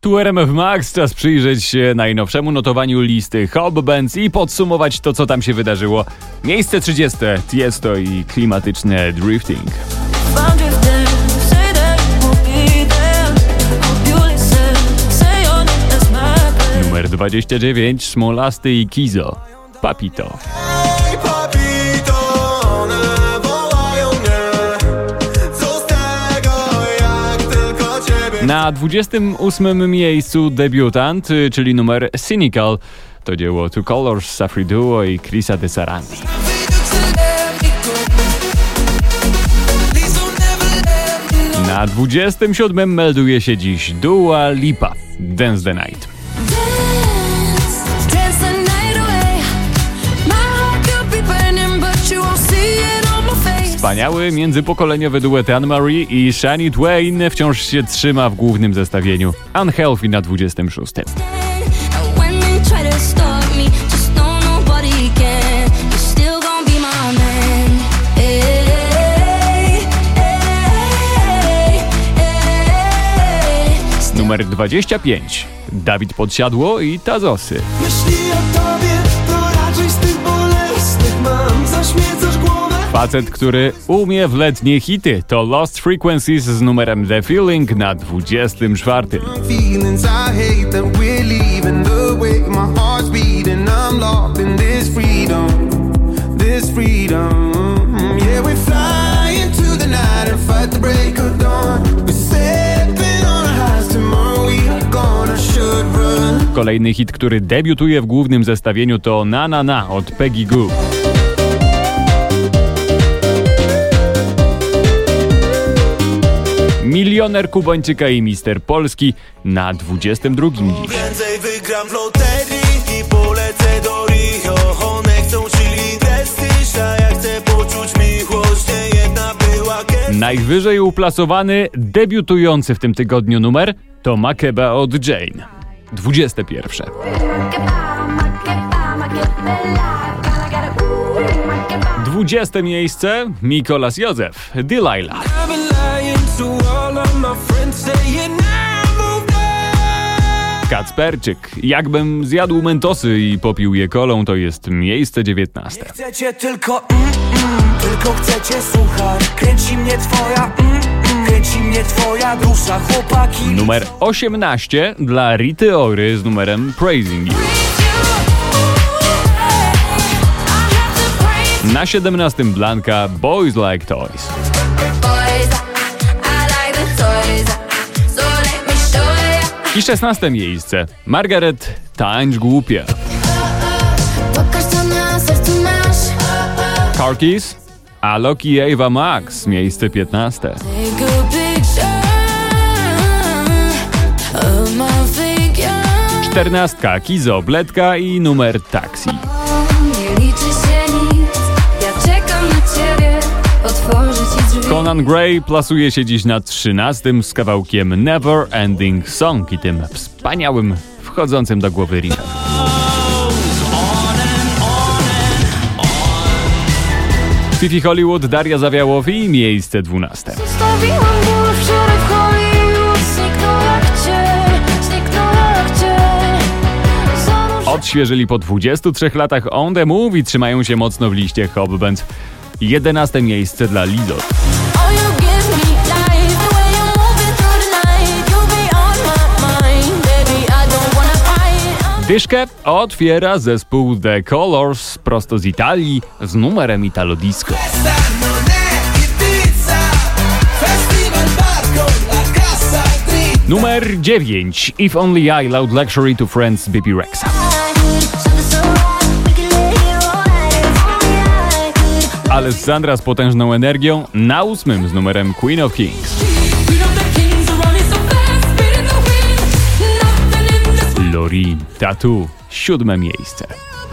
Tu RMF Max, czas przyjrzeć się najnowszemu notowaniu listy Hot Bands i podsumować to, co tam się wydarzyło. Miejsce 30. Tiesto i klimatyczne Drifting. Numer 29. Smolasty i Kizo. Papito. Na 28. miejscu debiutant, czyli numer Cynical. To dzieło Two Colors, Safri Duo i Chrisa de Sarandi. Na 27. melduje się dziś Dua Lipa, Dance the Night. Wspaniały międzypokoleniowy duet Anne-Marie i Shania Twain wciąż się trzyma w głównym zestawieniu. Unhealthy na 26. Numer 25. Dawid Podsiadło i Tazosy. Jeśli o tobie, to raczej z tych bolesnych mam zaśmiecasz głowę. Facet, który umie w letnie hity, to Lost Frequencies z numerem The Feeling na 24. Kolejny hit, który debiutuje w głównym zestawieniu, to Na Na Na od Peggy Gou. Milioner Kubańczyka i Mister Polski na 22. dziś. Prędzej wygram w loterii i polecę do Rio. One chcą chili prestiż, a ja chcę poczuć miłość. Nie jedna była Najwyżej uplasowany, debiutujący w tym tygodniu numer to Makeba od Jane. 21. Dwudzieste miejsce Mikolas Józef, Delilah. Kacperczyk, jakbym zjadł mentosy i popił je kolą, to jest miejsce 19. Chcecie tylko chcecie słuchać. Kręci mnie twoja dusza, chłopaki. Numer 18 dla Rity Ory z numerem Praising You. Na 17 Blanka, Boys Like Toys. I 16 miejsce Margaret, Tańcz głupia. Car Keys, Alok i Ava Max, miejsce 15. 14 Kizo, Bledka i numer Taxi. Conan Gray plasuje się dziś na 13 z kawałkiem Never Ending Song i tym wspaniałym, wchodzącym do głowy riffem. Fifi Hollywood, Daria Zawiałow i miejsce 12. Odświeżyli po 23 latach On The Move i trzymają się mocno w liście Hot Bands. 11 miejsce dla Lizzo. Dyszkę otwiera zespół The Colors prosto z Italii z numerem Italo Disco. Numer 9. If Only I Loud Luxury to Friends Bebe Rexha. Alessandra z potężną energią na 8 z numerem Queen of Kings. Loreen, Tattoo, 7 miejsce.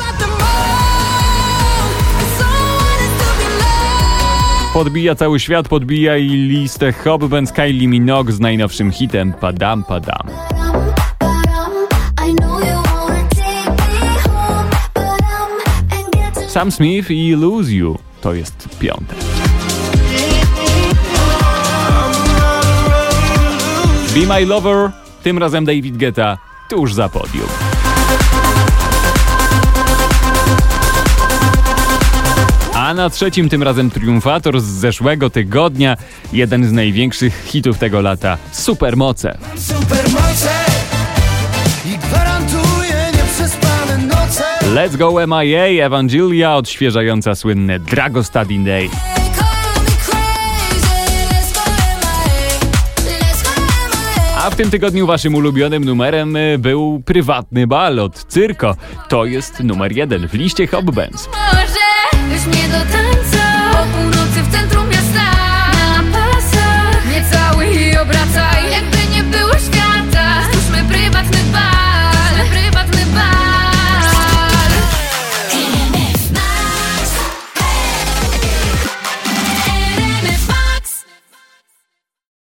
Podbija cały świat, podbija i listę Hot Bands Kylie Minogue z najnowszym hitem Padam Padam. Sam Smith i Lose You to jest 5. Be My Lover, tym razem David Guetta tuż za podium. A na trzecim tym razem triumfator z zeszłego tygodnia, jeden z największych hitów tego lata, Supermoce. Supermoce i gwarantuję nieprzespane noce. Let's Go MIA, Evangelia odświeżająca słynne Dragostea Day. A w tym tygodniu waszym ulubionym numerem był prywatny bal od Cyrko. To jest numer 1 w liście Hot Bands. Już mnie dotarło.